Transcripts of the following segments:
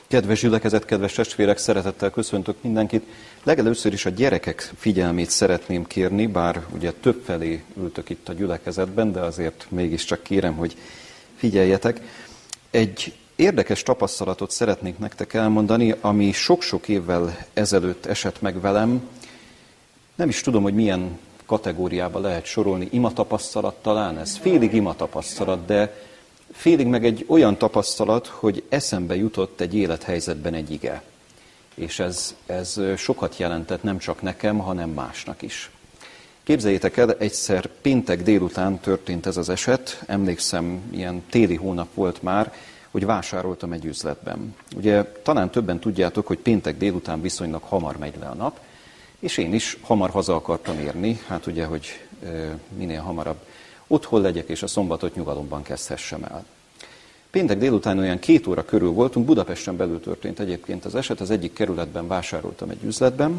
Kedves gyülekezet, kedves testvérek, szeretettel köszöntök mindenkit. Legelőször is a gyerekek figyelmét szeretném kérni, bár ugye többfelé ültök itt a gyülekezetben, de azért mégiscsak kérem, hogy figyeljetek. Egy érdekes tapasztalatot szeretnék nektek elmondani, ami sok-sok évvel ezelőtt esett meg velem. Nem is tudom, hogy milyen kategóriába lehet sorolni. Imatapasztalat talán ez? Félig imatapasztalat, de félig meg egy olyan tapasztalat, hogy eszembe jutott egy élethelyzetben egy ige. És ez sokat jelentett nem csak nekem, hanem másnak is. Képzeljétek el, egyszer péntek délután történt ez az eset, emlékszem, ilyen téli hónap volt már, hogy vásároltam egy üzletben. Ugye talán többen tudjátok, hogy péntek délután viszonylag hamar megy le a nap, és én is hamar haza akartam érni, hát ugye, hogy minél hamarabb otthon legyek, és a szombatot nyugalomban kezdhessem el. Péntek délután olyan 2 óra körül voltunk, Budapesten belül történt egyébként az eset, az egyik kerületben vásároltam egy üzletben,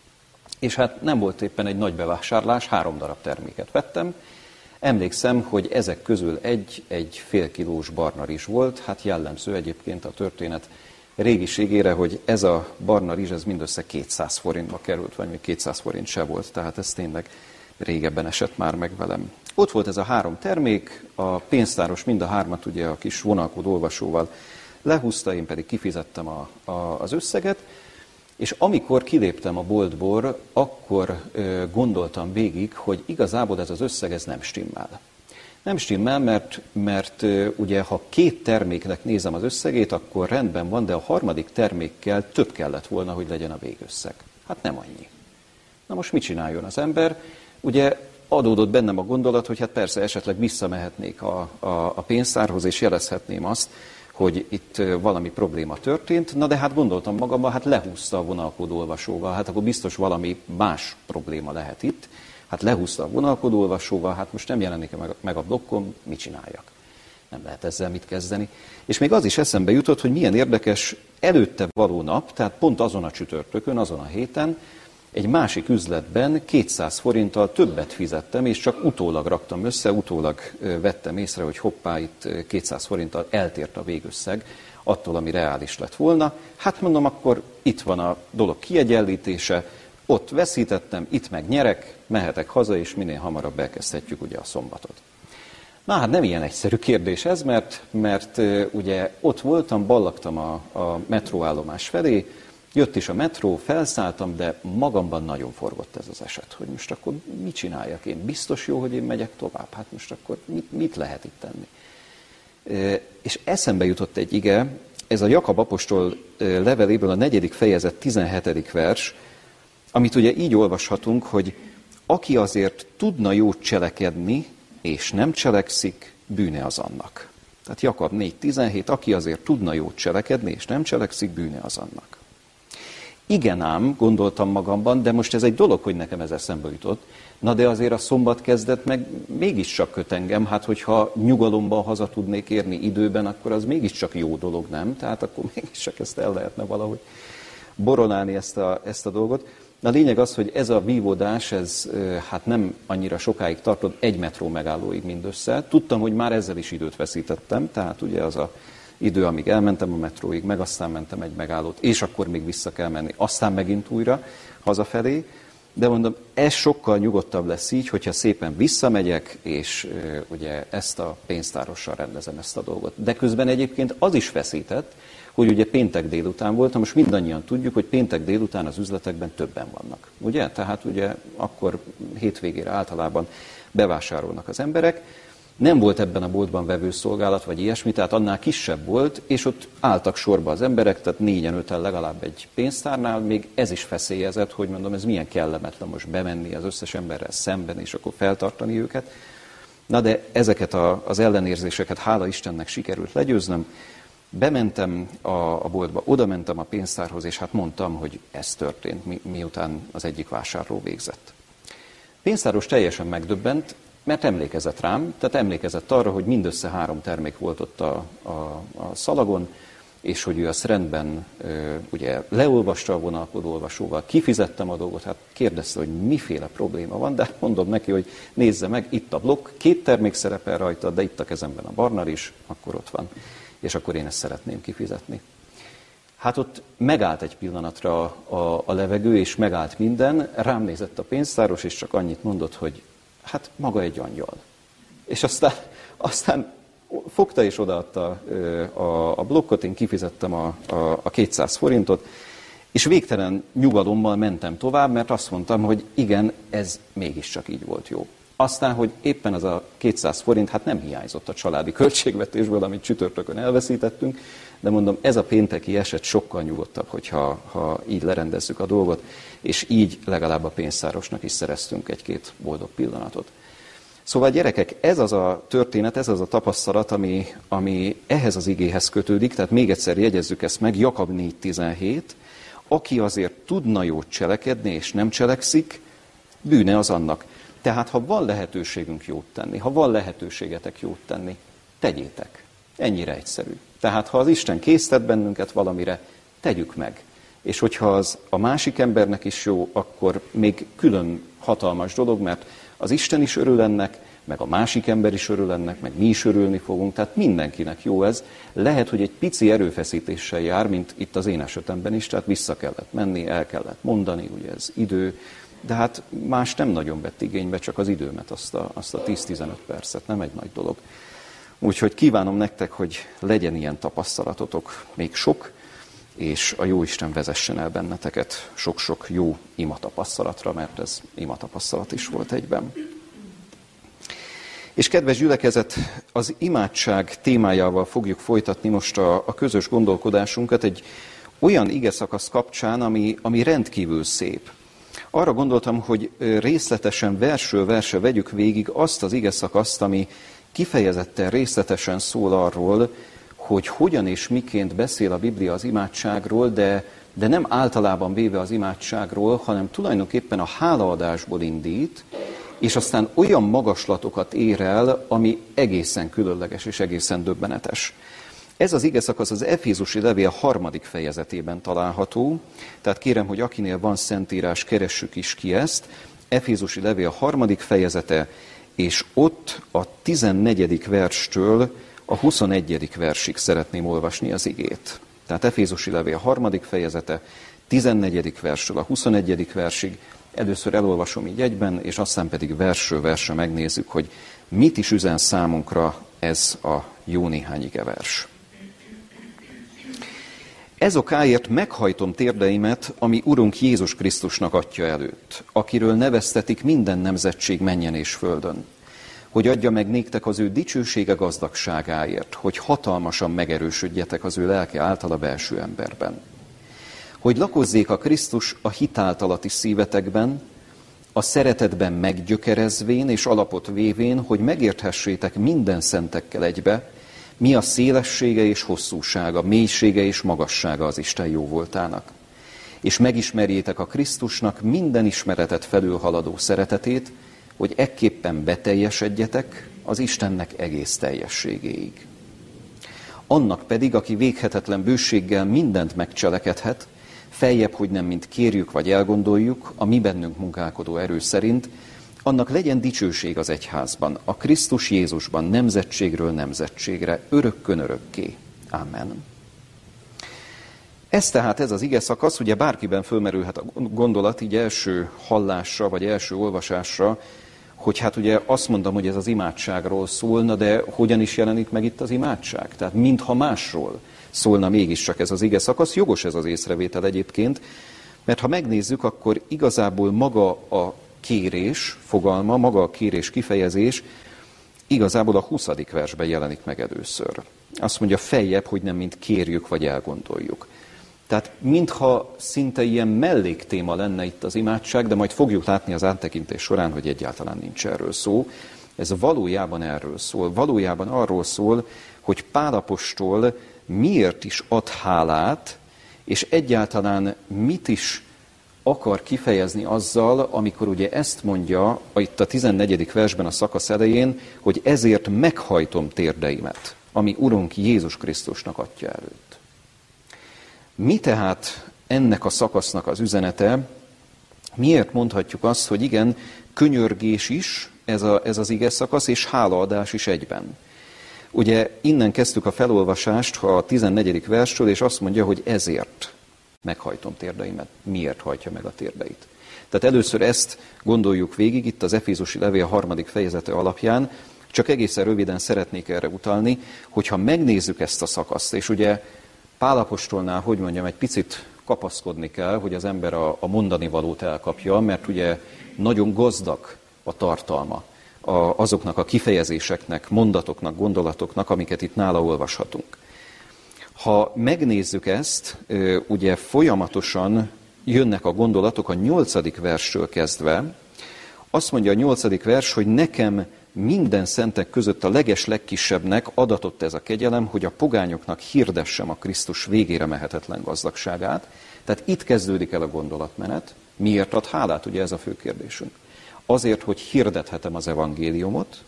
és hát nem volt éppen egy nagy bevásárlás, 3 darab terméket vettem. Emlékszem, hogy ezek közül egy fél kilós barna rizs volt, hát jellemző egyébként a történet régiségére, hogy ez a barna rizs, ez mindössze 200 forintba került, vagy még 200 forint se volt, tehát ez tényleg régebben esett már meg velem. Ott volt ez a 3 termék, a pénztáros mind a 3-at ugye a kis vonalkód olvasóval lehúzta, én pedig kifizettem az összeget, és amikor kiléptem a boltból, akkor gondoltam végig, hogy igazából ez az összeg ez nem stimmel. Nem stimmel, mert ugye ha 2 terméknek nézem az összegét, akkor rendben van, de a 3. termékkel több kellett volna, hogy legyen a végösszeg. Hát nem annyi. Na most mit csináljon az ember? Ugye adódott bennem a gondolat, hogy hát persze esetleg visszamehetnék a pénztárhoz, és jelezhetném azt, hogy itt valami probléma történt. Na de hát gondoltam magamban, hát lehúzta a vonalkód olvasóval, hát akkor biztos valami más probléma lehet itt. Hát lehúzta a vonalkód olvasóval, hát most nem jelenik meg a blokkon, mit csináljak? Nem lehet ezzel mit kezdeni. És még az is eszembe jutott, hogy milyen érdekes, előtte való nap, tehát pont azon a csütörtökön, azon a héten, egy másik üzletben 200 forinttal többet fizettem, és csak utólag raktam össze, utólag vettem észre, hogy hoppá, itt 200 forinttal eltért a végösszeg attól, ami reális lett volna. Hát mondom, akkor itt van a dolog kiegyenlítése, ott veszítettem, itt meg nyerek, mehetek haza, és minél hamarabb elkezdhetjük ugye a szombatot. Na hát nem ilyen egyszerű kérdés ez, mert ugye ott voltam, ballagtam a metróállomás felé, jött is a metró, felszálltam, de magamban nagyon forgott ez az eset, hogy most akkor mit csináljak én? Biztos jó, hogy én megyek tovább? Hát most akkor mit lehet itt tenni? És eszembe jutott egy ige, ez a Jakab apostol leveléből a 4. fejezet 17. vers, amit ugye így olvashatunk, hogy aki azért tudna jót cselekedni, és nem cselekszik, bűne az annak. Tehát Jakab 4.17, aki azért tudna jót cselekedni, és nem cselekszik, bűne az annak. Igen ám, gondoltam magamban, de most ez egy dolog, hogy nekem ez eszembe jutott. Na de azért a szombat kezdet meg mégiscsak köt engem, hát hogyha nyugalomban haza tudnék érni időben, akkor az mégiscsak jó dolog, nem? Tehát akkor mégiscsak ezt el lehetne valahogy boronálni ezt a dolgot. A lényeg az, hogy ez a vívódás, ez hát nem annyira sokáig tartott, 1 metró megállóig mindössze. Tudtam, hogy már ezzel is időt veszítettem, tehát ugye az a idő, amíg elmentem a metróig, meg aztán mentem egy megállót, és akkor még vissza kell menni, aztán megint újra hazafelé. De mondom, ez sokkal nyugodtabb lesz így, hogyha szépen visszamegyek, és ugye ezt a pénztárossal rendezem ezt a dolgot. De közben egyébként az is feszített, hogy ugye péntek délután voltam, most mindannyian tudjuk, hogy péntek délután az üzletekben többen vannak. Ugye? Tehát ugye akkor hétvégére általában bevásárolnak az emberek. Nem volt ebben a boltban vevőszolgálat, vagy ilyesmi, tehát annál kisebb volt, és ott álltak sorba az emberek, tehát 4-5-en legalább egy pénztárnál, még ez is feszélyezett, hogy mondom, ez milyen kellemetlen most bemenni az összes emberrel szemben, és akkor feltartani őket. Na de ezeket az ellenérzéseket hála Istennek sikerült legyőznöm. Bementem a boltba, oda mentem a pénztárhoz, és hát mondtam, hogy ez történt, miután az egyik vásárló végzett. Pénztáros teljesen megdöbbent, mert emlékezett rám, tehát emlékezett arra, hogy mindössze 3 termék volt ott a szalagon, és hogy ő azt rendben ugye leolvasta a vonalkód olvasóval, kifizettem a dolgot, hát kérdezte, hogy miféle probléma van, de mondom neki, hogy nézze meg, itt a blokk, 2 termék szerepel rajta, de itt a kezemben a barna is, akkor ott van, és akkor én ezt szeretném kifizetni. Hát ott megállt egy pillanatra a levegő, és megállt minden, rám nézett a pénztáros, és csak annyit mondott, hogy hát maga egy angyal. És aztán fogta és odaadta a blokkot, én kifizettem a 200 forintot, és végtelen nyugalommal mentem tovább, mert azt mondtam, hogy igen, ez mégiscsak így volt jó. Aztán, hogy éppen az a 200 forint, hát nem hiányzott a családi költségvetésből, amit csütörtökön elveszítettünk, de mondom, ez a pénteki eset sokkal nyugodtabb, hogyha így lerendezzük a dolgot, és így legalább a pénztárosnak is szereztünk egy-két boldog pillanatot. Szóval gyerekek, ez az a történet, ez az a tapasztalat, ami ehhez az igéhez kötődik, tehát még egyszer jegyezzük ezt meg, Jakab 4.17, aki azért tudna jót cselekedni, és nem cselekszik, bűne az annak. Tehát, ha van lehetőségünk jót tenni, ha van lehetőségetek jót tenni, tegyétek. Ennyire egyszerű. Tehát, ha az Isten késztet bennünket valamire, tegyük meg. És hogyha az a másik embernek is jó, akkor még külön hatalmas dolog, mert az Isten is örül ennek, meg a másik ember is örül ennek, meg mi is örülni fogunk, tehát mindenkinek jó ez. Lehet, hogy egy pici erőfeszítéssel jár, mint itt az én esetemben is, tehát vissza kellett menni, el kellett mondani, ugye ez idő, de hát más nem nagyon vett igénybe, csak az időmet, azt a 10-15 percet, nem egy nagy dolog. Úgyhogy kívánom nektek, hogy legyen ilyen tapasztalatotok, még sok, és a Jóisten vezessen el benneteket sok-sok jó imatapasztalatra, mert ez imatapasztalat is volt egyben. És kedves gyülekezet, az imádság témájával fogjuk folytatni most a közös gondolkodásunkat egy olyan igeszakasz kapcsán, ami rendkívül szép. Arra gondoltam, hogy részletesen versről versre vegyük végig azt az igeszakaszt, ami kifejezetten részletesen szól arról, hogy hogyan és miként beszél a Biblia az imádságról, de nem általában véve az imádságról, hanem tulajdonképpen a hálaadásból indít, és aztán olyan magaslatokat ér el, ami egészen különleges és egészen döbbenetes. Ez az igeszakasz az Efézusi levél 3. fejezetében található, tehát kérem, hogy akinél van szentírás, keressük is ki ezt. Efézusi levél 3. fejezete, és ott a 14. verstől a 21. versig szeretném olvasni az igét. Tehát Efézusi levél 3. fejezete, 14. verstől a 21. versig. Először elolvasom így egyben, és aztán pedig versről versre megnézzük, hogy mit is üzen számunkra ez a jó néhány igevers. Ez okáért meghajtom térdeimet, ami Urunk Jézus Krisztusnak Atya előtt, akiről neveztetik minden nemzetség mennyen és földön, hogy adja meg néktek az ő dicsősége gazdagságáért, hogy hatalmasan megerősödjetek az ő lelke által a belső emberben. Hogy lakozzék a Krisztus a hitáltalati szívetekben, a szeretetben meggyökerezvén és alapot vévén, hogy megérthessétek minden szentekkel egybe, mi a szélessége és hosszúsága, mélysége és magassága az Isten jóvoltának. És megismerjétek a Krisztusnak minden ismeretet felülhaladó szeretetét, hogy ekképpen beteljesedjetek az Istennek egész teljességéig. Annak pedig, aki véghetetlen bőséggel mindent megcselekedhet, feljebb, hogy nem mint kérjük vagy elgondoljuk, a mi bennünk munkálkodó erő szerint, annak legyen dicsőség az egyházban, a Krisztus Jézusban, nemzetségről nemzetségre, örökkön örökké. Amen. Ez tehát ez az ige szakasz, ugye bárkiben fölmerülhet a gondolat, így első hallásra, vagy első olvasásra, hogy hát ugye azt mondom, hogy ez az imádságról szólna, de hogyan is jelenik meg itt az imádság? Tehát mintha másról szólna mégiscsak ez az ige szakasz. Jogos ez az észrevétel egyébként, mert ha megnézzük, akkor igazából maga a kérés fogalma, maga a kérés kifejezés igazából a 20. versben jelenik meg először. Azt mondja, feljebb, hogy nem mint kérjük vagy elgondoljuk. Tehát mintha szinte ilyen melléktéma lenne itt az imádság, de majd fogjuk látni az áttekintés során, hogy egyáltalán nincs erről szó. Ez valójában erről szól. Valójában arról szól, hogy Pál apostol miért is ad hálát, és egyáltalán mit is akar kifejezni azzal, amikor ugye ezt mondja itt a 14. versben a szakasz elején, hogy ezért meghajtom térdeimet, ami Urunk Jézus Krisztusnak Atya előtt. Mi tehát ennek a szakasznak az üzenete? Miért mondhatjuk azt, hogy igen, könyörgés is ez az ige szakasz, és hálaadás is egyben? Ugye innen kezdtük a felolvasást a 14. verstől, és azt mondja, hogy ezért meghajtom térdeimet. Miért hajtja meg a térdeit? Tehát először ezt gondoljuk végig, itt az Efézusi levél 3. fejezete alapján, csak egészen röviden szeretnék erre utalni, hogyha megnézzük ezt a szakaszt, és ugye Pál apostolnál, hogy mondjam, egy picit kapaszkodni kell, hogy az ember a mondani valót elkapja, mert ugye nagyon gazdag a tartalma azoknak a kifejezéseknek, mondatoknak, gondolatoknak, amiket itt nála olvashatunk. Ha megnézzük ezt, ugye folyamatosan jönnek a gondolatok a 8. verstől kezdve. Azt mondja a 8. vers, hogy nekem minden szentek között a legkisebbnek adatott ez a kegyelem, hogy a pogányoknak hirdessem a Krisztus végére mehetetlen gazdagságát. Tehát itt kezdődik el a gondolatmenet. Miért ad hálát? Ugye ez a fő kérdésünk. Azért, hogy hirdethetem az evangéliumot,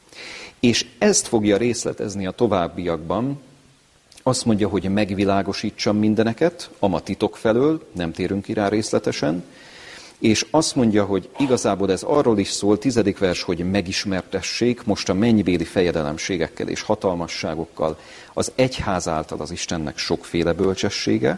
és ezt fogja részletezni a továbbiakban. Azt mondja, hogy megvilágosítsam mindeneket, ama titok felől, nem térünk ki rá részletesen, és azt mondja, hogy igazából ez arról is szól, 10. vers, hogy megismertessék most a mennybéli fejedelemségekkel és hatalmasságokkal az egyház által az Istennek sokféle bölcsessége,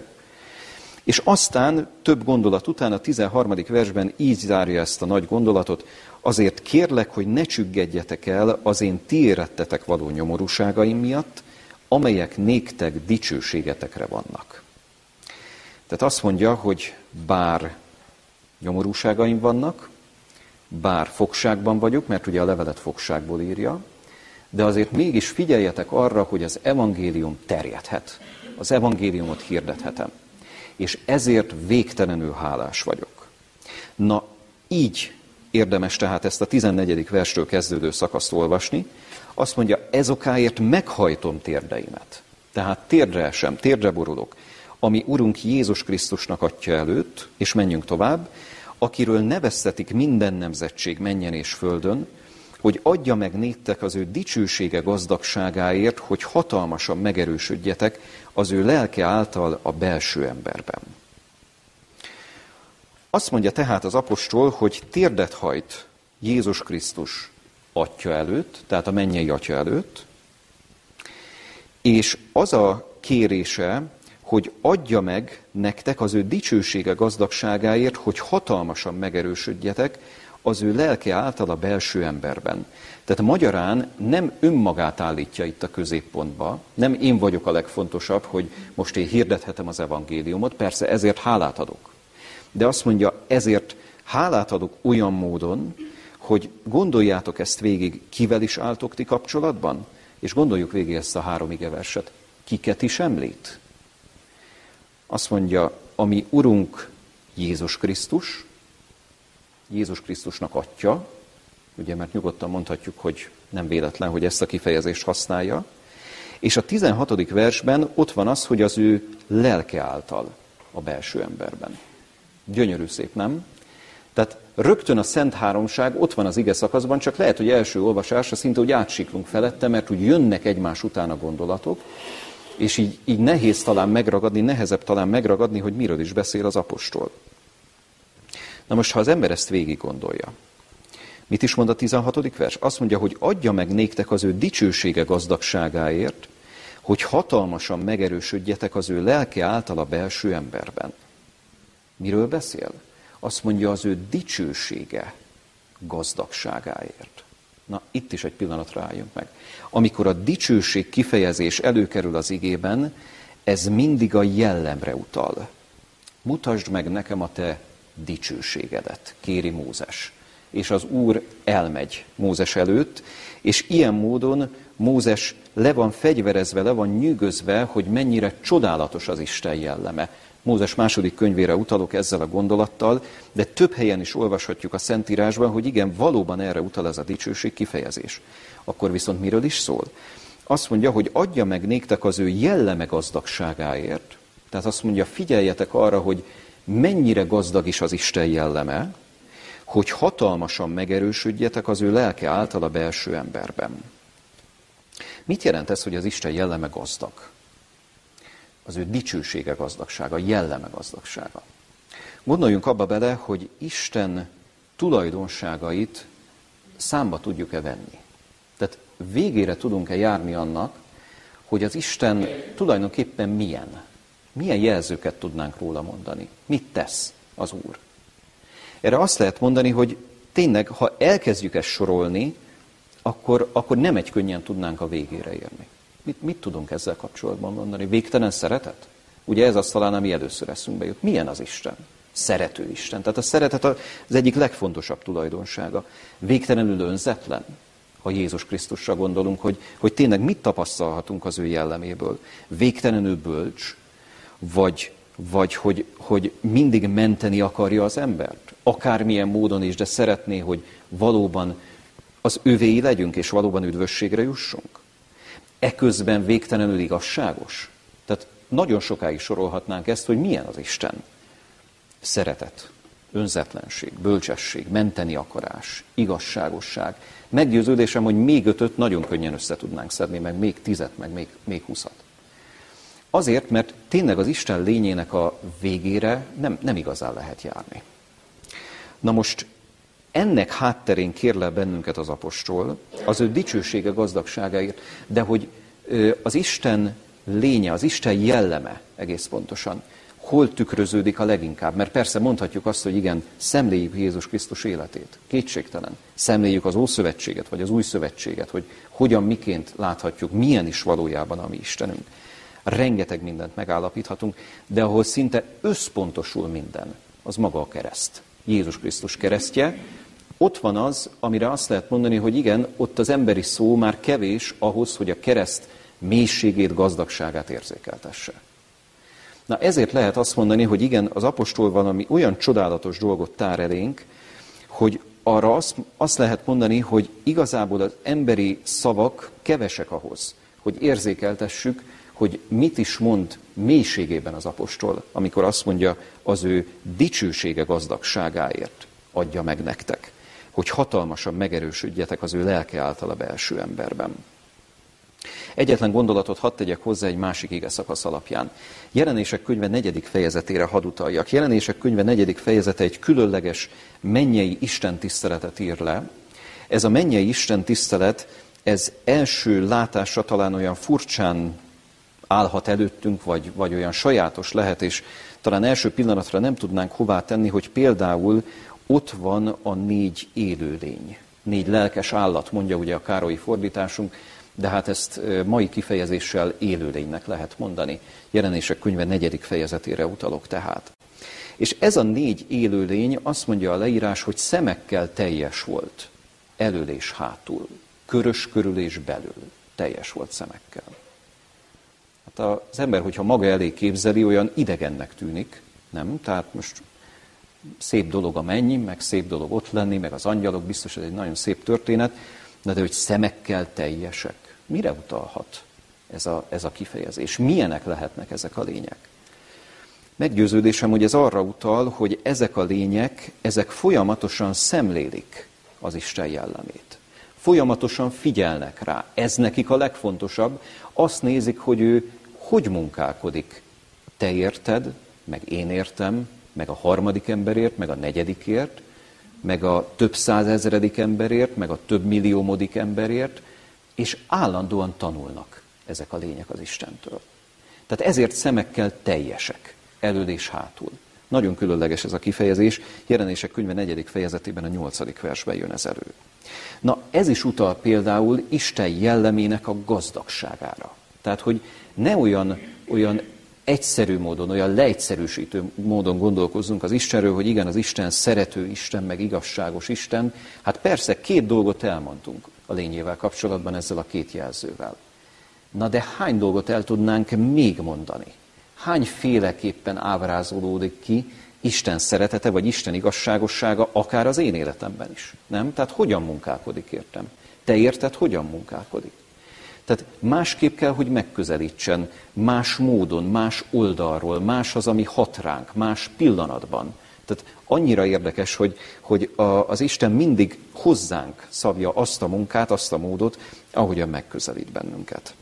és aztán több gondolat után a 13. versben így zárja ezt a nagy gondolatot, azért kérlek, hogy ne csüggedjetek el az én ti érettetek való nyomorúságaim miatt, amelyek néktek dicsőségetekre vannak. Tehát azt mondja, hogy bár nyomorúságaim vannak, bár fogságban vagyok, mert ugye a levelet fogságból írja, de azért mégis figyeljetek arra, hogy az evangélium terjedhet. Az evangéliumot hirdethetem. És ezért végtelenül hálás vagyok. Na, így érdemes tehát ezt a 14. verstől kezdődő szakaszt olvasni. Azt mondja, ez okáért meghajtom térdeimet. Tehát térdre esem, térdre borulok, ami Urunk Jézus Krisztusnak atya előtt, és menjünk tovább, akiről neveztetik minden nemzetség mennyen és földön, hogy adja meg néktek az ő dicsősége gazdagságáért, hogy hatalmasan megerősödjetek az ő lelke által a belső emberben. Azt mondja tehát az apostol, hogy térdet hajt Jézus Krisztus atya előtt, tehát a mennyei atya előtt, és az a kérése, hogy adja meg nektek az ő dicsősége gazdagságáért, hogy hatalmasan megerősödjetek az ő lelke által a belső emberben. Tehát magyarán nem önmagát állítja itt a középpontba, nem én vagyok a legfontosabb, hogy most én hirdethetem az evangéliumot, persze ezért hálát adok. De azt mondja, ezért hálát adok olyan módon, hogy gondoljátok ezt végig, kivel is álltok ti kapcsolatban, és gondoljuk végig ezt a 3 igeverset. Kiket is említ? Azt mondja, ami Urunk Jézus Krisztus, Jézus Krisztusnak atya, ugye, mert nyugodtan mondhatjuk, hogy nem véletlen, hogy ezt a kifejezést használja, és a 16. versben ott van az, hogy az ő lelke által a belső emberben. Gyönyörű szép, nem? Tehát rögtön a Szent Háromság ott van az ige szakaszban, csak lehet, hogy első olvasásra szinte úgy átsiklunk felette, mert úgy jönnek egymás után a gondolatok, és így nehéz talán megragadni, nehezebb talán megragadni, hogy miről is beszél az apostol. Na most, ha az ember ezt végig gondolja, mit is mond a 16. vers? Azt mondja, hogy adja meg néktek az ő dicsősége gazdagságáért, hogy hatalmasan megerősödjetek az ő lelke által a belső emberben. Miről beszél? Azt mondja, az ő dicsősége gazdagságáért. Na, itt is egy pillanatra álljunk meg. Amikor a dicsőség kifejezés előkerül az igében, ez mindig a jellemre utal. Mutasd meg nekem a te dicsőségedet, kéri Mózes. És az Úr elmegy Mózes előtt, és ilyen módon Mózes le van fegyverezve, le van nyűgözve, hogy mennyire csodálatos az Isten jelleme. Mózes 2. könyvére utalok ezzel a gondolattal, de több helyen is olvashatjuk a Szentírásban, hogy igen, valóban erre utal ez a dicsőség kifejezés. Akkor viszont miről is szól? Azt mondja, hogy adja meg néktek az ő jelleme gazdagságáért. Tehát azt mondja, figyeljetek arra, hogy mennyire gazdag is az Isten jelleme, hogy hatalmasan megerősödjetek az ő lelke által a belső emberben. Mit jelent ez, hogy az Isten jelleme gazdag? Az ő dicsősége gazdagsága, jelleme gazdagsága. Gondoljunk abba bele, hogy Isten tulajdonságait számba tudjuk-e venni. Tehát végére tudunk-e járni annak, hogy az Isten tulajdonképpen milyen? Milyen jelzőket tudnánk róla mondani? Mit tesz az Úr? Erre azt lehet mondani, hogy tényleg, ha elkezdjük ezt sorolni, akkor nem egy könnyen tudnánk a végére érni. Mit tudunk ezzel kapcsolatban mondani? Végtelen szeretet? Ugye ez az talán, ami először eszünkbe jut. Milyen az Isten? Szerető Isten. Tehát a szeretet az egyik legfontosabb tulajdonsága. Végtelenül önzetlen, ha Jézus Krisztusra gondolunk, hogy tényleg mit tapasztalhatunk az ő jelleméből. Végtelenül bölcs, vagy hogy mindig menteni akarja az embert. Akármilyen módon is, de szeretné, hogy valóban az övéi legyünk, és valóban üdvösségre jussunk. Eközben végtelenül igazságos. Tehát nagyon sokáig sorolhatnánk ezt, hogy milyen az Isten. Szeretet, önzetlenség, bölcsesség, menteni akarás, igazságosság. Meggyőződésem, hogy még 5-öt nagyon könnyen össze tudnánk szedni, meg még 10-et, meg még 20-at. Azért, mert tényleg az Isten lényének a végére nem igazán lehet járni. Na most ennek hátterén kérlel bennünket az apostol, az ő dicsősége gazdagságáért, de hogy az Isten lénye, az Isten jelleme egész pontosan, hol tükröződik a leginkább? Mert persze mondhatjuk azt, hogy igen, szemléljük Jézus Krisztus életét. Kétségtelen. Szemléljük az Ószövetséget, vagy az Új Szövetséget, hogy hogyan, miként láthatjuk, milyen is valójában a mi Istenünk. Rengeteg mindent megállapíthatunk, de ahol szinte összpontosul minden, az maga a kereszt. Jézus Krisztus keresztje. Ott van az, amire azt lehet mondani, hogy igen, ott az emberi szó már kevés ahhoz, hogy a kereszt mélységét, gazdagságát érzékeltesse. Na ezért lehet azt mondani, hogy igen, az apostol valami olyan csodálatos dolgot tár elénk, hogy arra azt lehet mondani, hogy igazából az emberi szavak kevesek ahhoz, hogy érzékeltessük, hogy mit is mond mélységében az apostol, amikor azt mondja, az ő dicsősége gazdagságáért adja meg nektek, hogy hatalmasan megerősödjetek az ő lelke által a belső emberben. Egyetlen gondolatot hadd tegyek hozzá egy másik ige szakasz alapján. Jelenések könyve 4. fejezetére hadd utaljak. Jelenések könyve 4. fejezete egy különleges mennyei istentiszteletet ír le. Ez a mennyei istentisztelet, ez első látásra talán olyan furcsán állhat előttünk, vagy olyan sajátos lehet, és talán első pillanatra nem tudnánk hová tenni, hogy például ott van a 4 élőlény. 4 lelkes állat, mondja ugye a Károlyi fordításunk, de hát ezt mai kifejezéssel élőlénynek lehet mondani. Jelenések könyve 4. fejezetére utalok tehát. És ez a 4 élőlény, azt mondja a leírás, hogy szemekkel teljes volt, elől és hátul, körös körül és belül, teljes volt szemekkel. Hát az ember, hogyha maga elé képzeli, olyan idegennek tűnik, nem? Tehát most szép dolog a mennyi, meg szép dolog ott lenni, meg az angyalok, biztos ez egy nagyon szép történet, de hogy szemekkel teljesek. Mire utalhat ez a kifejezés? Milyenek lehetnek ezek a lények? Meggyőződésem, hogy ez arra utal, hogy ezek a lények, ezek folyamatosan szemlélik az Isten jellemét. Folyamatosan figyelnek rá. Ez nekik a legfontosabb. Azt nézik, hogy ő hogy munkálkodik. Te érted, meg én értem, meg a harmadik emberért, meg a negyedikért, meg a több százezredik emberért, meg a több milliómodik emberért, és állandóan tanulnak ezek a lények az Istentől. Tehát ezért szemekkel teljesek, elől és hátul. Nagyon különleges ez a kifejezés, Jelenések könyve 4. fejezetében a 8. versben jön ez elő. Na, ez is utal például Isten jellemének a gazdagságára. Tehát, hogy ne olyan egyszerű módon, olyan leegyszerűsítő módon gondolkozzunk az Istenről, hogy igen, az Isten szerető Isten, meg igazságos Isten. Hát persze 2 dolgot elmondtunk a lényével kapcsolatban ezzel a 2 jelzővel. Na de hány dolgot el tudnánk még mondani? Hányféleképpen ábrázolódik ki Isten szeretete, vagy Isten igazságossága, akár az én életemben is? Nem? Tehát hogyan munkálkodik, értem? Te érted, hogyan munkálkodik? Tehát másképp kell, hogy megközelítsen, más módon, más oldalról, más az, ami hat ránk, más pillanatban. Tehát annyira érdekes, hogy az Isten mindig hozzánk szabja azt a munkát, azt a módot, ahogyan megközelít bennünket.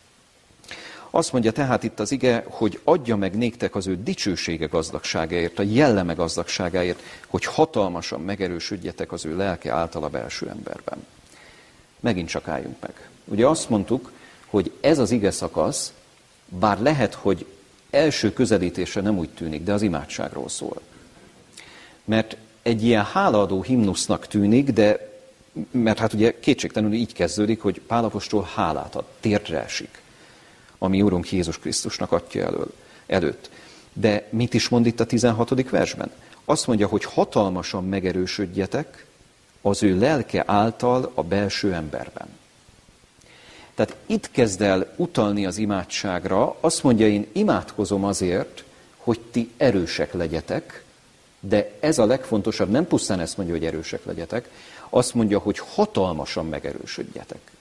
Azt mondja tehát itt az ige, hogy adja meg néktek az ő dicsősége gazdagságáért, a jelleme gazdagságáért, hogy hatalmasan megerősödjetek az ő lelke által a belső emberben. Megint csak álljunk meg. Ugye azt mondtuk, hogy ez az ige szakasz, bár lehet, hogy első közelítésre nem úgy tűnik, de az imádságról szól. Mert egy ilyen hálaadó himnusznak tűnik, mert hát ugye kétségtelenül így kezdődik, hogy Pál apostol hálát ad, térdre esik, ami Úrunk Jézus Krisztusnak atya előtt. De mit is mond itt a 16. versben? Azt mondja, hogy hatalmasan megerősödjetek az ő lelke által a belső emberben. Tehát itt kezd el utalni az imádságra, azt mondja, én imádkozom azért, hogy ti erősek legyetek, de ez a legfontosabb, nem pusztán ezt mondja, hogy erősek legyetek, azt mondja, hogy hatalmasan megerősödjetek.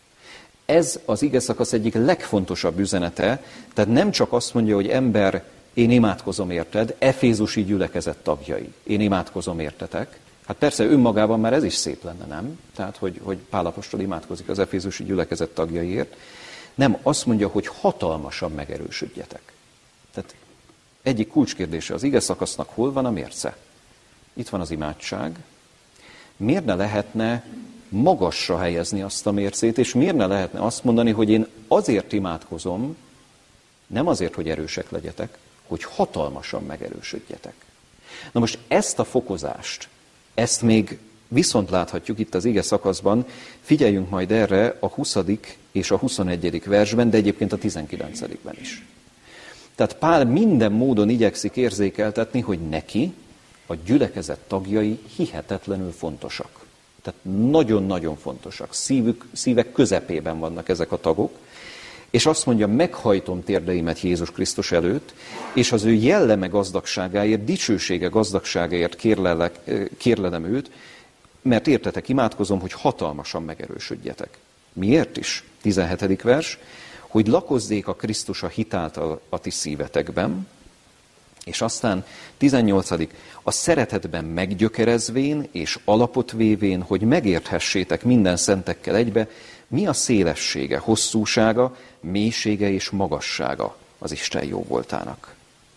Ez az ige szakasz egyik legfontosabb üzenete, tehát nem csak azt mondja, hogy ember, én imádkozom érted, efézusi gyülekezet tagjai, én imádkozom értetek. Hát persze önmagában már ez is szép lenne, nem? Tehát, hogy Pál apostol imádkozik az efézusi gyülekezet tagjaiért. Nem, azt mondja, hogy hatalmasan megerősödjetek. Tehát egyik kulcskérdése az ige szakasznak, hol van a mérce? Itt van az imádság. Miért ne lehetne magasra helyezni azt a mércét, és miért ne lehetne azt mondani, hogy én azért imádkozom, nem azért, hogy erősek legyetek, hogy hatalmasan megerősödjetek. Na most ezt a fokozást, ezt még viszont láthatjuk itt az ige szakaszban, figyeljünk majd erre a 20. és a 21. versben, de egyébként a 19-ben is. Tehát Pál minden módon igyekszik érzékeltetni, hogy neki a gyülekezet tagjai hihetetlenül fontosak. Tehát nagyon-nagyon fontosak. Szívek közepében vannak ezek a tagok, és azt mondja, meghajtom térdeimet Jézus Krisztus előtt, és az ő jelleme gazdagságáért, dicsősége gazdagságáért kérlelem őt, mert értetek, imádkozom, hogy hatalmasan megerősödjetek. Miért is? 17. vers, hogy lakozzék a Krisztus a hit által a ti szívetekben, és aztán 18. a szeretetben meggyökerezvén és alapot vévén, hogy megérthessétek minden szentekkel egybe, mi a szélessége, hosszúsága, mélysége és magassága az Isten jóvoltának.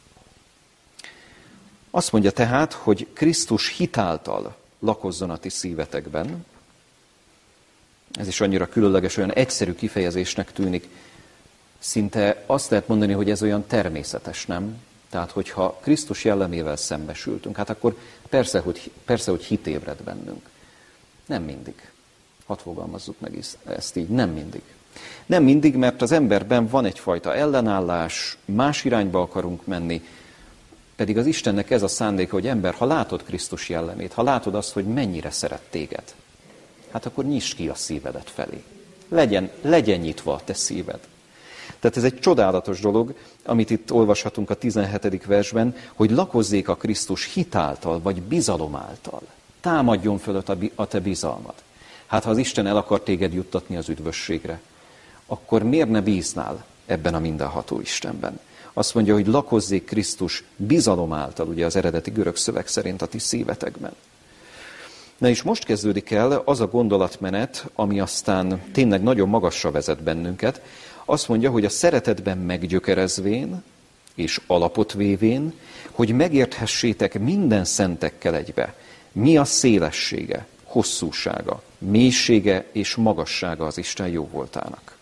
Azt mondja tehát, hogy Krisztus hitáltal lakozzon a ti szívetekben. Ez is annyira különleges, olyan egyszerű kifejezésnek tűnik. Szinte azt lehet mondani, hogy ez olyan természetes, nem? Tehát, hogyha Krisztus jellemével szembesültünk, hát akkor persze, hogy hit ébred bennünk. Nem mindig. Hadd fogalmazzuk meg ezt így, nem mindig. Nem mindig, mert az emberben van egyfajta ellenállás, más irányba akarunk menni, pedig az Istennek ez a szándéka, hogy ember, ha látod Krisztus jellemét, ha látod azt, hogy mennyire szeret téged, hát akkor nyisd ki a szívedet felé. Legyen nyitva a te szíved. Tehát ez egy csodálatos dolog, amit itt olvashatunk a 17. versben, hogy lakozzék a Krisztus hitáltal, vagy bizalom által. Támadjon föl a te bizalmad. Hát ha az Isten el akar téged juttatni az üdvösségre, akkor miért ne bíznál ebben a mindenható Istenben? Azt mondja, hogy lakozzék Krisztus bizalom által, ugye az eredeti görög szöveg szerint a ti szívetekben. Na és most kezdődik el az a gondolatmenet, ami aztán tényleg nagyon magasra vezet bennünket. Azt mondja, hogy a szeretetben meggyökerezvén és alapot vévén, hogy megérthessétek minden szentekkel egybe, mi a szélessége, hosszúsága, mélysége és magassága az Isten jóvoltának.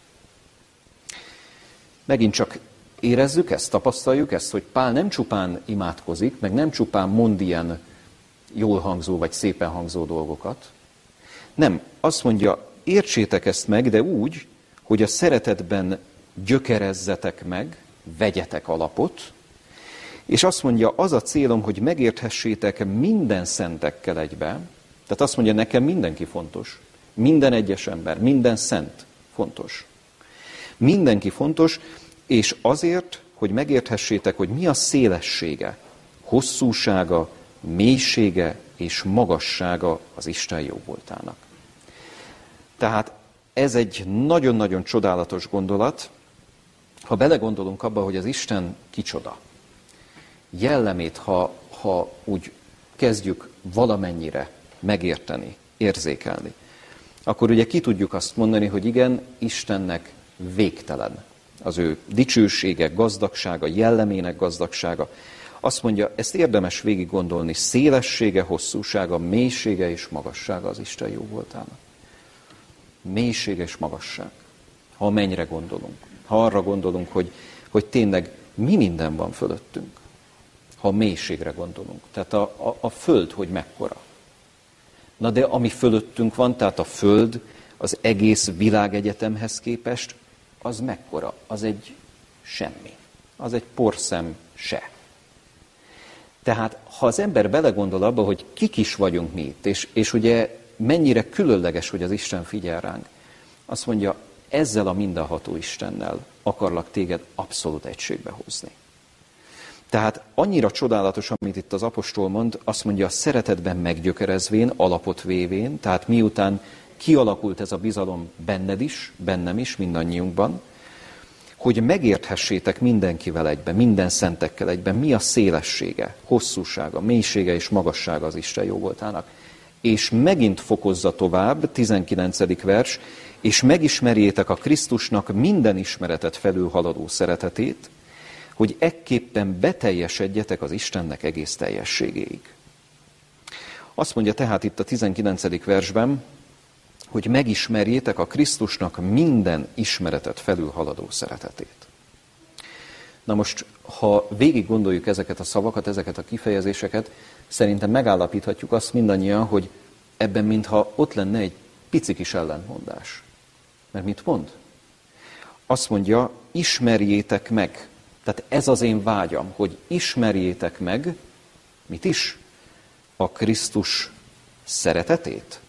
Megint csak érezzük ezt, tapasztaljuk ezt, hogy Pál nem csupán imádkozik, meg nem csupán mond ilyen jól hangzó vagy szépen hangzó dolgokat. Nem, azt mondja, értsétek ezt meg, de úgy, hogy a szeretetben gyökerezzetek meg, vegyetek alapot, és azt mondja, az a célom, hogy megérthessétek minden szentekkel egybe, tehát azt mondja, nekem mindenki fontos, minden egyes ember, minden szent fontos. Mindenki fontos, és azért, hogy megérthessétek, hogy mi a szélessége, hosszúsága, mélysége és magassága az Isten jóvoltának. Tehát ez egy nagyon-nagyon csodálatos gondolat, ha belegondolunk abba, hogy az Isten kicsoda. Jellemét, ha úgy kezdjük valamennyire megérteni, érzékelni, akkor ugye ki tudjuk azt mondani, hogy igen, Istennek végtelen az ő dicsősége, gazdagsága, jellemének gazdagsága. Azt mondja, ezt érdemes végig gondolni, szélessége, hosszúsága, mélysége és magassága az Isten jóvoltának. Mélység és magasság. Ha a mennyre gondolunk. Ha arra gondolunk, hogy tényleg mi minden van fölöttünk. Ha a mélységre gondolunk. Tehát a föld, hogy mekkora. Na de ami fölöttünk van, tehát a föld az egész világegyetemhez képest, az mekkora? Az egy semmi. Az egy porszem se. Tehát ha az ember belegondol abba, hogy kik is vagyunk mi itt, és ugye mennyire különleges, hogy az Isten figyel ránk, azt mondja, ezzel a mindenható Istennel akarlak téged abszolút egységbe hozni. Tehát annyira csodálatos, amit itt az apostol mond, azt mondja, a szeretetben meggyökerezvén, alapot vévén, tehát miután kialakult ez a bizalom benned is, bennem is, mindannyiunkban, hogy megérthessétek mindenkivel egyben, minden szentekkel egyben, mi a szélessége, hosszúsága, mélysége és magassága az Isten jóvoltának. És megint fokozza tovább, 19. vers, és megismerjétek a Krisztusnak minden ismeretet felülhaladó szeretetét, hogy ekképpen beteljesedjetek az Istennek egész teljességéig. Azt mondja tehát itt a 19. versben, hogy megismerjétek a Krisztusnak minden ismeretet felülhaladó szeretetét. Na most, ha végig gondoljuk ezeket a szavakat, ezeket a kifejezéseket, szerintem megállapíthatjuk azt mindannyian, hogy ebben mintha ott lenne egy pici kis ellentmondás. Mert mit mond? Azt mondja, ismerjétek meg. Tehát ez az én vágyam, hogy ismerjétek meg, mit is? A Krisztus szeretetét.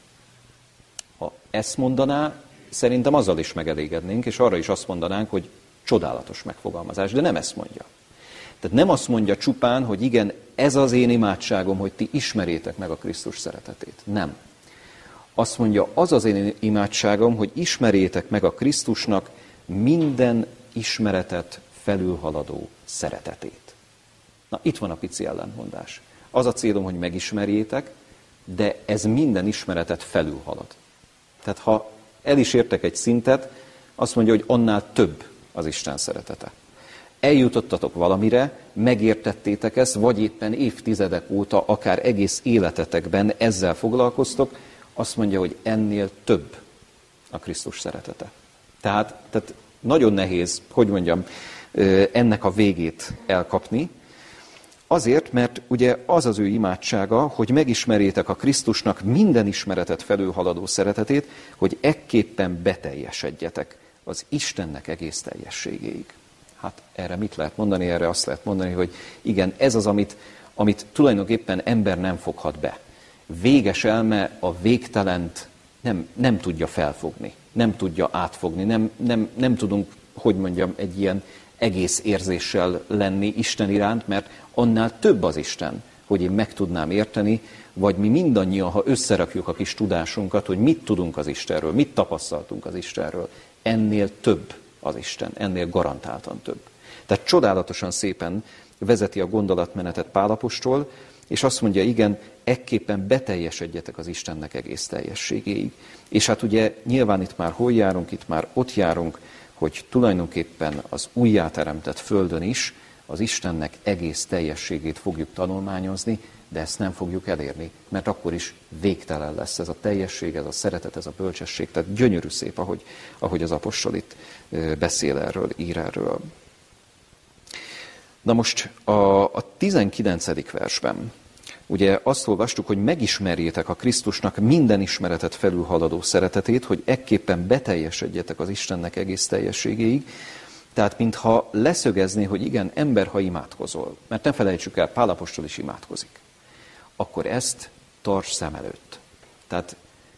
Ha ezt mondaná, szerintem azzal is megelégednénk, és arra is azt mondanánk, hogy csodálatos megfogalmazás, de nem ezt mondja. Tehát nem azt mondja csupán, hogy igen, ez az én imádságom, hogy ti ismerjétek meg a Krisztus szeretetét. Nem. Azt mondja, az az én imádságom, hogy ismerjétek meg a Krisztusnak minden ismeretet felülhaladó szeretetét. Na, itt van a pici ellentmondás. Az a célom, hogy megismerjétek, de ez minden ismeretet felülhalad. Tehát ha el is értek egy szintet, azt mondja, hogy annál több az Isten szeretete. Eljutottatok valamire, megértettétek ezt, vagy éppen évtizedek óta, akár egész életetekben ezzel foglalkoztok, azt mondja, hogy ennél több a Krisztus szeretete. Tehát nagyon nehéz, hogy mondjam, ennek a végét elkapni. Azért, mert ugye az az ő imádsága, hogy megismerjétek a Krisztusnak minden ismeretet felülhaladó szeretetét, hogy ekképpen beteljesedjetek az Istennek egész teljességéig. Hát erre mit lehet mondani? Erre azt lehet mondani, hogy igen, ez az, amit tulajdonképpen ember nem foghat be. Véges elme a végtelent nem tudja felfogni, nem tudja átfogni, nem tudunk, hogy mondjam, egy ilyen egész érzéssel lenni Isten iránt, mert annál több az Isten, hogy én meg tudnám érteni, vagy mi mindannyian, ha összerakjuk a kis tudásunkat, hogy mit tudunk az Istenről, mit tapasztaltunk az Istenről, ennél több az Isten, ennél garantáltan több. Tehát csodálatosan szépen vezeti a gondolatmenetet Pál apostol, és azt mondja, igen, ekképpen beteljesedjetek az Istennek egész teljességéig. És hát ugye nyilván itt már hol járunk, itt már ott járunk, hogy tulajdonképpen az újjáteremtett földön is az Istennek egész teljességét fogjuk tanulmányozni, de ezt nem fogjuk elérni, mert akkor is végtelen lesz ez a teljesség, ez a szeretet, ez a bölcsesség. Tehát gyönyörű szép, ahogy az apostol itt beszél erről, ír erről. Na most a 19. versben ugye azt olvastuk, hogy megismerjétek a Krisztusnak minden ismeretet felülhaladó szeretetét, hogy ekképpen beteljesedjetek az Istennek egész teljességéig. Tehát mintha leszögezné, hogy igen, ember, ha imádkozol, mert ne felejtsük el, Pál apostol is imádkozik, akkor ezt tarts szem előtt. Tehát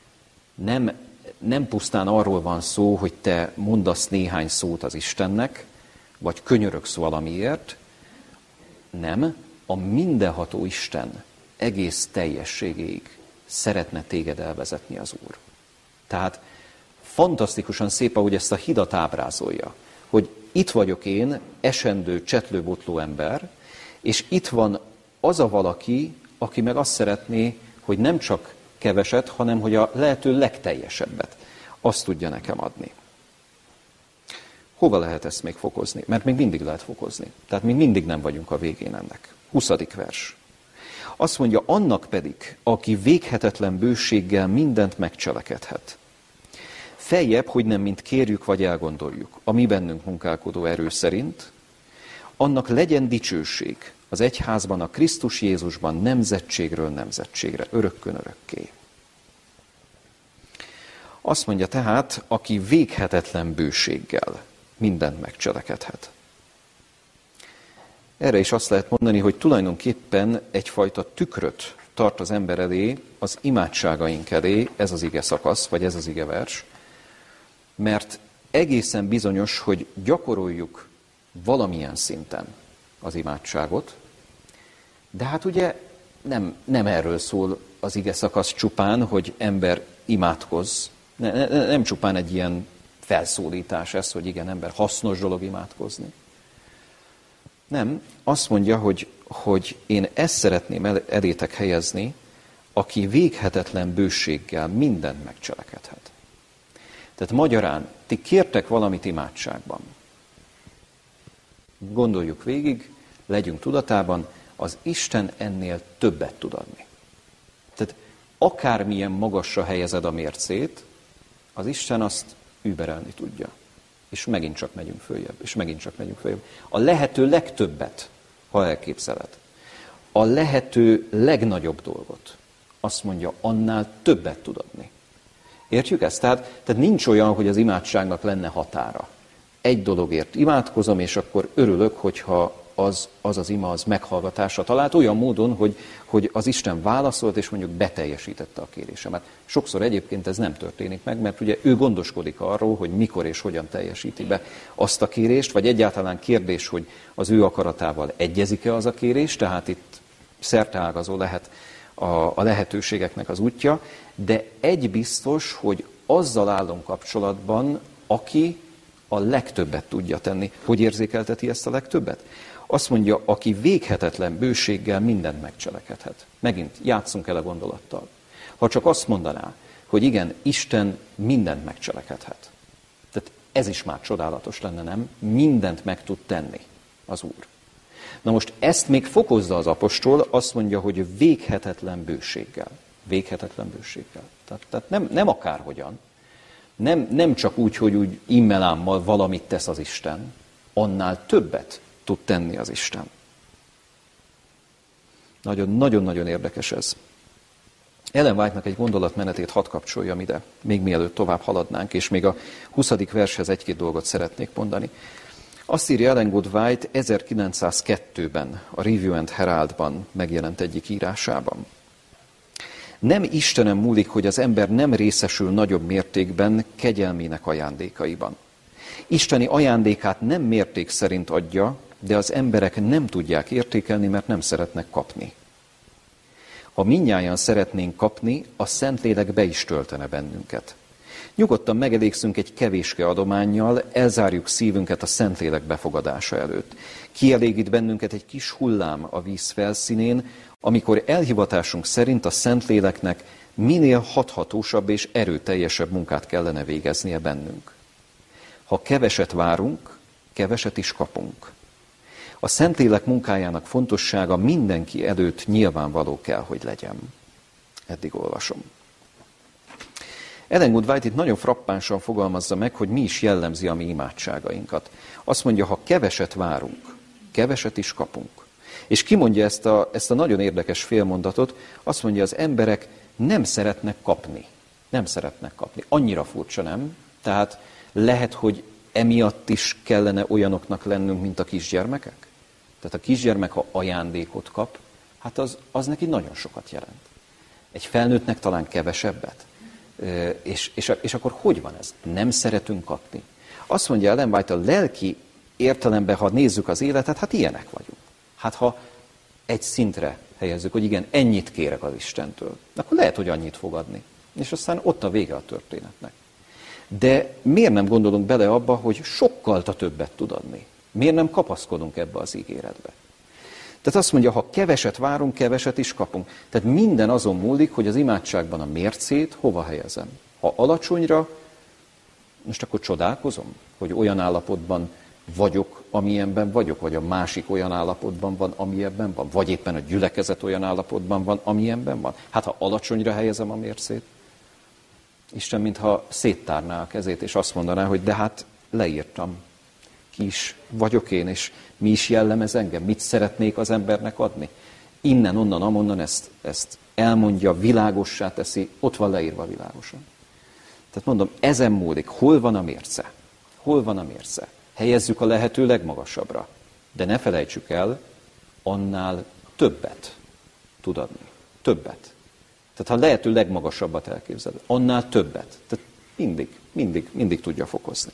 nem pusztán arról van szó, hogy te mondasz néhány szót az Istennek, vagy könyörögsz valamiért, nem, a mindenható Isten egész teljességéig szeretne téged elvezetni az Úr. Tehát fantasztikusan szép, ahogy ezt a hidat ábrázolja, hogy itt vagyok én, esendő, csetlőbotló ember, és itt van az a valaki, aki meg azt szeretné, hogy nem csak keveset, hanem hogy a lehető legteljesebbet azt tudja nekem adni. Hova lehet ezt még fokozni? Mert még mindig lehet fokozni. Tehát még mindig nem vagyunk a végén ennek. 20. vers. Azt mondja, annak pedig, aki véghetetlen bőséggel mindent megcselekedhet. feljebb, hogy nem mint kérjük vagy elgondoljuk, a mi bennünk munkálkodó erő szerint, annak legyen dicsőség az egyházban, a Krisztus Jézusban nemzetségről nemzetségre, örökkön örökké. Azt mondja tehát, aki véghetetlen bőséggel mindent megcselekedhet. Erre is azt lehet mondani, hogy tulajdonképpen egyfajta tükröt tart az ember elé, az imádságaink elé, ez az ige szakasz, vagy ez az ige vers, mert egészen bizonyos, hogy gyakoroljuk valamilyen szinten az imádságot, de hát ugye nem erről szól az ige szakasz csupán, hogy ember imádkozz, nem csupán egy ilyen felszólítás ez, hogy igen, ember, hasznos dolog imádkozni. Nem, azt mondja, hogy én ezt szeretném elétek helyezni, aki véghetetlen bőséggel mindent megcselekedhet. Tehát magyarán, ti kértek valamit imádságban. Gondoljuk végig, legyünk tudatában, az Isten ennél többet tud adni. Tehát akármilyen magasra helyezed a mércét, az Isten azt überelni tudja. És megint csak megyünk följebb, és megint csak megyünk följebb. A lehető legtöbbet, ha elképzeled, a lehető legnagyobb dolgot, azt mondja, annál többet tud adni. Értjük ezt? Tehát nincs olyan, hogy az imádságnak lenne határa. Egy dologért imádkozom, és akkor örülök, hogyha az ima az meghallgatásra talált, olyan módon, hogy az Isten válaszolt, és mondjuk beteljesítette a kérésemet. Sokszor egyébként ez nem történik meg, mert ugye ő gondoskodik arról, hogy mikor és hogyan teljesíti be azt a kérést, vagy egyáltalán kérdés, hogy az ő akaratával egyezik-e az a kérés, tehát itt szerteágazó lehet a lehetőségeknek az útja, de egy biztos, hogy azzal állunk kapcsolatban, aki a legtöbbet tudja tenni. Hogy érzékelteti ezt a legtöbbet? Azt mondja, aki véghetetlen bőséggel mindent megcselekedhet. Megint játsszunk el a gondolattal. Ha csak azt mondaná, hogy igen, Isten mindent megcselekedhet. Tehát ez is már csodálatos lenne, nem? Mindent meg tud tenni az Úr. Na most ezt még fokozza az apostol, azt mondja, hogy véghetetlen bőséggel. Véghetetlen bőséggel. Tehát nem akárhogyan. Nem csak úgy, hogy úgy immelámmal valamit tesz az Isten, annál többet tud tenni az Isten. Nagyon-nagyon érdekes ez. Ellen White-nak egy gondolatmenetét hadd kapcsoljam ide, még mielőtt tovább haladnánk, és még a 20. vershez egy-két dolgot szeretnék mondani. Azt írja Ellen White 1902-ben, a Review and Heraldban megjelent egyik írásában. Nem Istenem múlik, hogy az ember nem részesül nagyobb mértékben kegyelmének ajándékaiban. Isteni ajándékát nem mérték szerint adja, de az emberek nem tudják értékelni, mert nem szeretnek kapni. Ha mindnyájan szeretnénk kapni, a Szentlélek be is töltene bennünket. Nyugodtan megelégszünk egy kevéske adománnyal, elzárjuk szívünket a Szentlélek befogadása előtt. Kielégít bennünket egy kis hullám a víz felszínén, amikor elhivatásunk szerint a Szentléleknek minél hathatósabb és erőteljesebb munkát kellene végeznie bennünk. Ha keveset várunk, keveset is kapunk. A Szentlélek munkájának fontossága mindenki előtt nyilvánvaló kell, hogy legyen. Eddig olvasom. Ellen White itt nagyon frappánsan fogalmazza meg, hogy mi is jellemzi a mi imádságainkat. Azt mondja, ha keveset várunk, keveset is kapunk. És kimondja ezt a nagyon érdekes félmondatot, azt mondja, az emberek nem szeretnek kapni. Nem szeretnek kapni. Annyira furcsa, nem? Tehát lehet, hogy emiatt is kellene olyanoknak lennünk, mint a kisgyermekek? Tehát a kisgyermek, ha ajándékot kap, hát az neki nagyon sokat jelent. Egy felnőttnek talán kevesebbet. És akkor hogy van ez? Nem szeretünk kapni. Azt mondja Ellen White, a lelki értelemben, ha nézzük az életet, hát ilyenek vagyunk. Hát ha egy szintre helyezzük, hogy igen, ennyit kérek az Istentől, akkor lehet, hogy annyit fog adni. És aztán ott a vége a történetnek. De miért nem gondolunk bele abba, hogy sokkal többet tud adni? Miért nem kapaszkodunk ebbe az ígéretbe? Tehát azt mondja, ha keveset várunk, keveset is kapunk. Tehát minden azon múlik, hogy az imádságban a mércét hova helyezem. Ha alacsonyra, most akkor csodálkozom, hogy olyan állapotban vagyok, amilyenben vagyok, vagy a másik olyan állapotban van, amilyenben van, vagy éppen a gyülekezet olyan állapotban van, amilyenben van. Hát ha alacsonyra helyezem a mércét, Isten mintha széttárná a kezét, és azt mondaná, hogy de hát leírtam, ki is vagyok én, és mi is jellemez engem, mit szeretnék az embernek adni. Innen, onnan, amonnan ezt elmondja, világossá teszi, ott van leírva világosan. Tehát mondom, ezen múlik, hol van a mérce? Hol van a mérce? Helyezzük a lehető legmagasabbra, de ne felejtsük el, annál többet tud adni. Többet. Tehát ha lehető legmagasabbat elképzeled, annál többet. Tehát mindig tudja fokozni.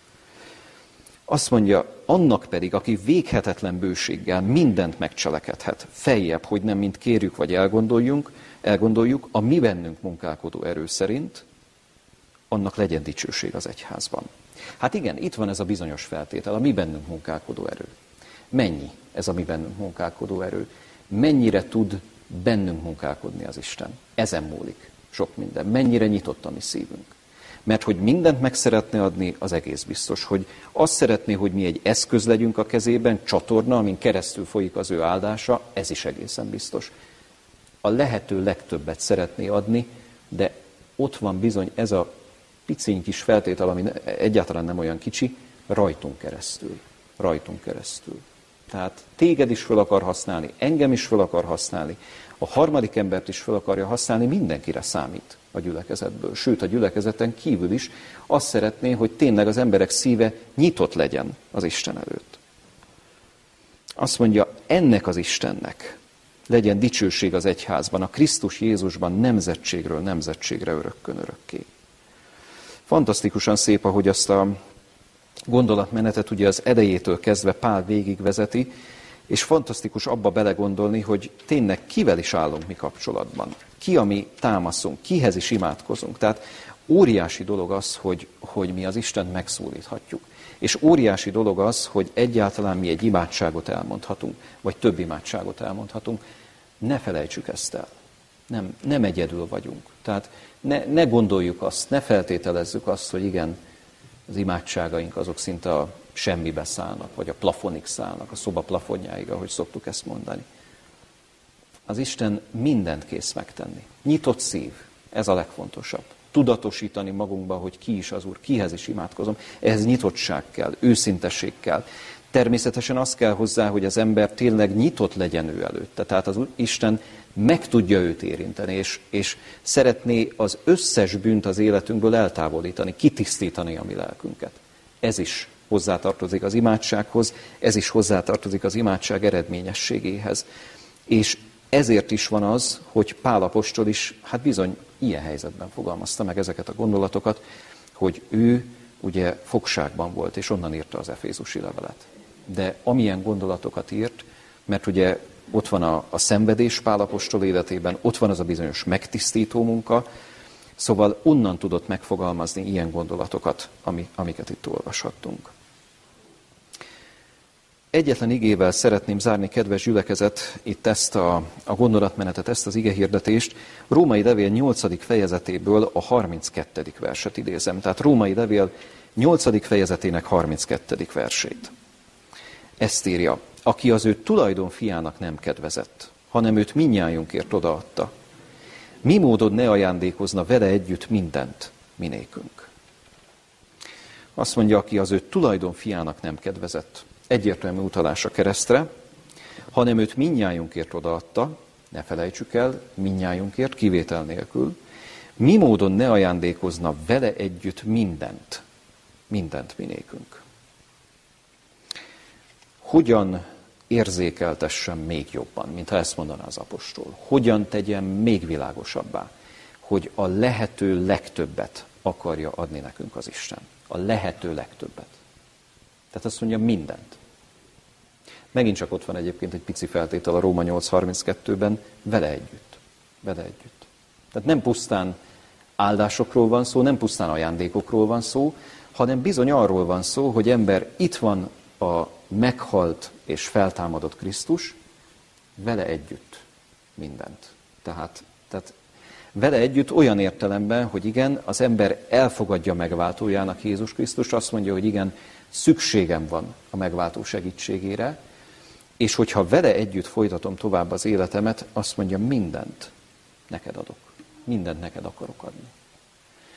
Azt mondja, annak pedig, aki véghetetlen bőséggel mindent megcselekedhet, feljebb, hogy nem mint kérjük vagy elgondoljuk, a mi bennünk munkálkodó erő szerint, annak legyen dicsőség az egyházban. Hát igen, itt van ez a bizonyos feltétel, a mi bennünk munkálkodó erő. Mennyi ez a mi bennünk munkálkodó erő? Mennyire tud bennünk munkálkodni az Isten? Ezen múlik sok minden. Mennyire nyitott a mi szívünk? Mert hogy mindent meg szeretne adni, az egész biztos. Hogy azt szeretné, hogy mi egy eszköz legyünk a kezében, csatorna, amin keresztül folyik az ő áldása, ez is egészen biztos. A lehető legtöbbet szeretné adni, de ott van bizony ez a piciny kis feltétel, ami egyáltalán nem olyan kicsi, rajtunk keresztül. Rajtunk keresztül. Tehát téged is fel akar használni, engem is fel akar használni, a harmadik embert is fel akarja használni, mindenkire számít a gyülekezetből. Sőt, a gyülekezeten kívül is azt szeretné, hogy tényleg az emberek szíve nyitott legyen az Isten előtt. Azt mondja, ennek az Istennek legyen dicsőség az egyházban, a Krisztus Jézusban nemzetségről nemzetségre örökkön örökké. Fantasztikusan szép, ahogy azt a gondolatmenetet ugye az elejétől kezdve Pál végigvezeti, és fantasztikus abba belegondolni, hogy tényleg kivel is állunk mi kapcsolatban. Ki a mi támaszunk, kihez is imádkozunk. Tehát óriási dolog az, hogy mi az Istent megszólíthatjuk. És óriási dolog az, hogy egyáltalán mi egy imádságot elmondhatunk, vagy több imádságot elmondhatunk. Ne felejtsük ezt el. Nem egyedül vagyunk. Tehát ne gondoljuk azt, ne feltételezzük azt, hogy igen, az imádságaink azok szinte a semmibe szállnak, vagy a plafonig szállnak, a szoba plafonjáig, ahogy szoktuk ezt mondani. Az Isten mindent kész megtenni. Nyitott szív, ez a legfontosabb. Tudatosítani magunkba, hogy ki is az Úr, kihez is imádkozom. Ehhez nyitottság kell, őszintesség kell. Természetesen az kell hozzá, hogy az ember tényleg nyitott legyen ő előtte. Tehát az Isten meg tudja őt érinteni, és szeretné az összes bűnt az életünkből eltávolítani, kitisztítani a mi lelkünket. Ez is hozzátartozik az imádsághoz, ez is hozzátartozik az imádság eredményességéhez. És ezért is van az, hogy Pál apostol is, hát bizony ilyen helyzetben fogalmazta meg ezeket a gondolatokat, hogy ő ugye fogságban volt, és onnan írta az efézusi levelet. De amilyen gondolatokat írt, mert ugye ott van a szenvedés Pál apostol életében, ott van az a bizonyos megtisztító munka, szóval onnan tudott megfogalmazni ilyen gondolatokat, amiket itt olvashattunk. Egyetlen igével szeretném zárni, kedves gyülekezet, itt ezt a gondolatmenetet, ezt az igehirdetést. Római levél 8. fejezetéből a 32. verset idézem. Tehát Római levél 8. fejezetének 32. versét. Ezt írja, aki az ő tulajdon fiának nem kedvezett, hanem őt mindnyájunkért odaadta. Mi módon ne ajándékozna vele együtt mindent, minékünk. Azt mondja, aki az ő tulajdon fiának nem kedvezett, egyértelmű utalás a keresztre, hanem őt mindnyájunkért odaadta, ne felejtsük el, mindnyájunkért, kivétel nélkül, mi módon ne ajándékozna vele együtt mindent minékünk. Hogyan érzékeltessem még jobban, mintha ezt mondaná az apostol? Hogyan tegyem még világosabbá, hogy a lehető legtöbbet akarja adni nekünk az Isten? A lehető legtöbbet. Tehát azt mondja, mindent. Megint csak ott van egyébként egy pici feltétel a Róma 8.32-ben, vele együtt. Vele együtt. Tehát nem pusztán áldásokról van szó, nem pusztán ajándékokról van szó, hanem bizony arról van szó, hogy ember, itt van a meghalt és feltámadott Krisztus, vele együtt mindent. Tehát vele együtt olyan értelemben, hogy igen, az ember elfogadja megváltójának Jézus Krisztust, azt mondja, hogy igen, szükségem van a megváltó segítségére, és hogyha vele együtt folytatom tovább az életemet, azt mondja, mindent neked adok. Mindent neked akarok adni.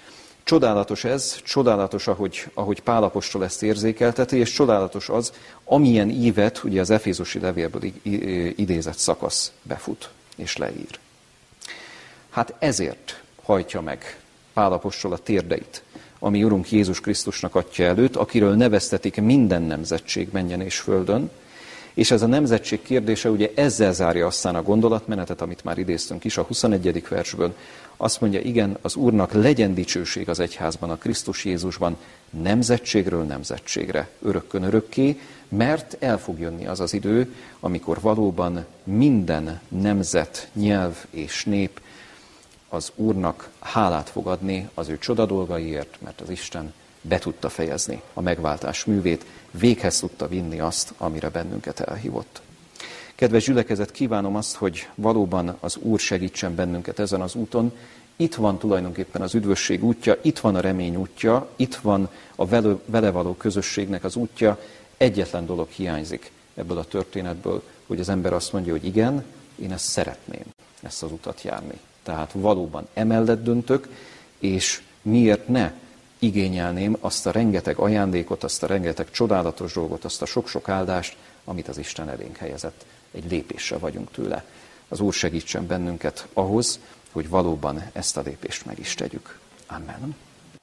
Csodálatos ez, csodálatos, ahogy Pál apostol ezt érzékelteti, és csodálatos az, amilyen ívet ugye az Efézusi levélből idézett szakasz befut és leír. Hát ezért hajtja meg Pál apostol a térdeit, ami Urunk Jézus Krisztusnak Atya előtt, akiről neveztetik minden nemzetség mennyen és földön, és ez a nemzetség kérdése ugye ezzel zárja aztán a gondolatmenetet, amit már idéztünk is a 21. versből. Azt mondja, igen, az Úrnak legyen dicsőség az egyházban, a Krisztus Jézusban, nemzetségről nemzetségre, örökkön örökké, mert el fog jönni az az idő, amikor valóban minden nemzet, nyelv és nép az Úrnak hálát fog adni az ő csodadolgaiért, mert az Isten be tudta fejezni a megváltás művét, véghez tudta vinni azt, amire bennünket elhívott. Kedves gyülekezet, kívánom azt, hogy valóban az Úr segítsen bennünket ezen az úton. Itt van tulajdonképpen az üdvösség útja, itt van a remény útja, itt van a vele való közösségnek az útja. Egyetlen dolog hiányzik ebből a történetből, hogy az ember azt mondja, hogy igen, én ezt szeretném, ezt az utat járni. Tehát valóban emellett döntök, és miért ne igényelném azt a rengeteg ajándékot, azt a rengeteg csodálatos dolgot, azt a sok-sok áldást, amit az Isten elénk helyezett. Egy lépésre vagyunk tőle. Az Úr segítsen bennünket ahhoz, hogy valóban ezt a lépést meg is tegyük. Amen.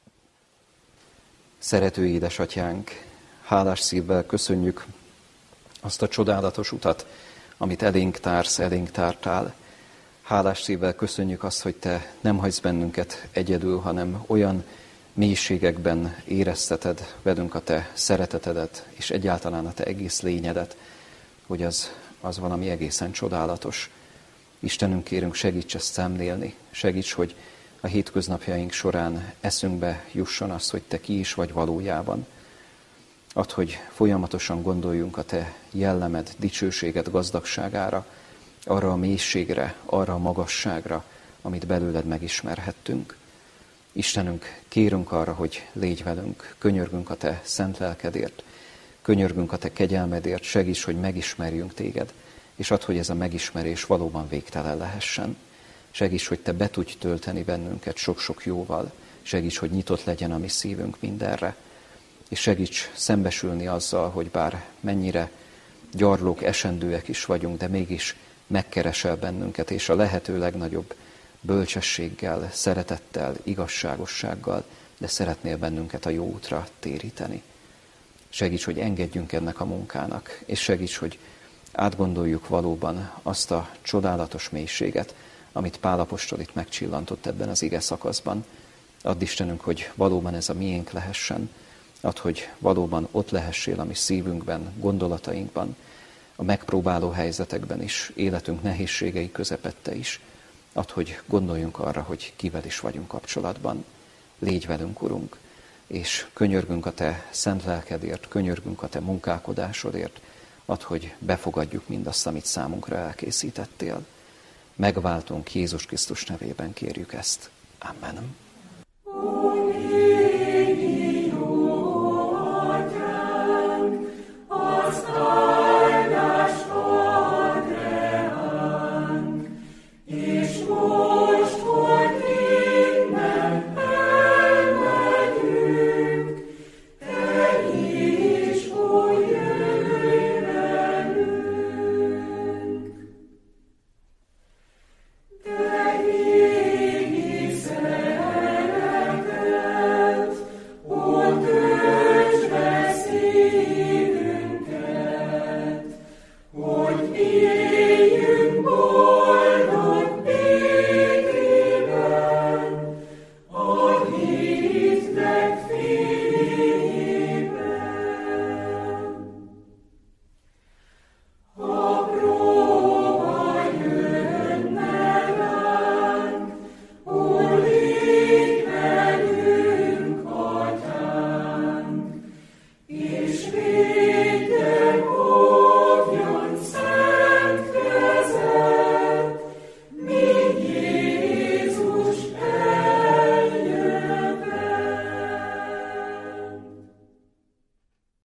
Szerető édesatyánk, hálás szívvel köszönjük azt a csodálatos utat, amit elénk társz, elénk tártál. Hálás szívvel köszönjük azt, hogy te nem hagysz bennünket egyedül, hanem olyan mélységekben érezteted velünk a te szeretetedet, és egyáltalán a te egész lényedet, hogy az valami egészen csodálatos. Istenünk, kérünk, segíts ezt szemlélni, segíts, hogy a hétköznapjaink során eszünkbe jusson az, hogy te ki is vagy valójában. Add, hogy folyamatosan gondoljunk a te jellemed, dicsőséged, gazdagságára, arra a mélységre, arra a magasságra, amit belőled megismerhettünk. Istenünk, kérünk arra, hogy légy velünk, könyörgünk a te szent lelkedért, könyörgünk a te kegyelmedért, segíts, hogy megismerjünk téged, és add, hogy ez a megismerés valóban végtelen lehessen. Segíts, hogy te be tudj tölteni bennünket sok-sok jóval, segíts, hogy nyitott legyen a mi szívünk mindenre, és segíts szembesülni azzal, hogy bár mennyire gyarlók, esendőek is vagyunk, de mégis megkeresel bennünket, és a lehető legnagyobb bölcsességgel, szeretettel, igazságossággal, de szeretnél bennünket a jó útra téríteni. Segíts, hogy engedjünk ennek a munkának, és segíts, hogy átgondoljuk valóban azt a csodálatos mélységet, amit Pál apostol itt megcsillantott ebben az ige szakaszban. Add Istenünk, hogy valóban ez a miénk lehessen, add, hogy valóban ott lehessél a mi szívünkben, gondolatainkban, a megpróbáló helyzetekben is, életünk nehézségei közepette is. Add, hogy gondoljunk arra, hogy kivel is vagyunk kapcsolatban. Légy velünk, Urunk, és könyörgünk a te szent lelkedért, könyörgünk a te munkálkodásodért. Add, hogy befogadjuk mindazt, amit számunkra elkészítettél. Megváltunk Jézus Krisztus nevében kérjük ezt. Amen.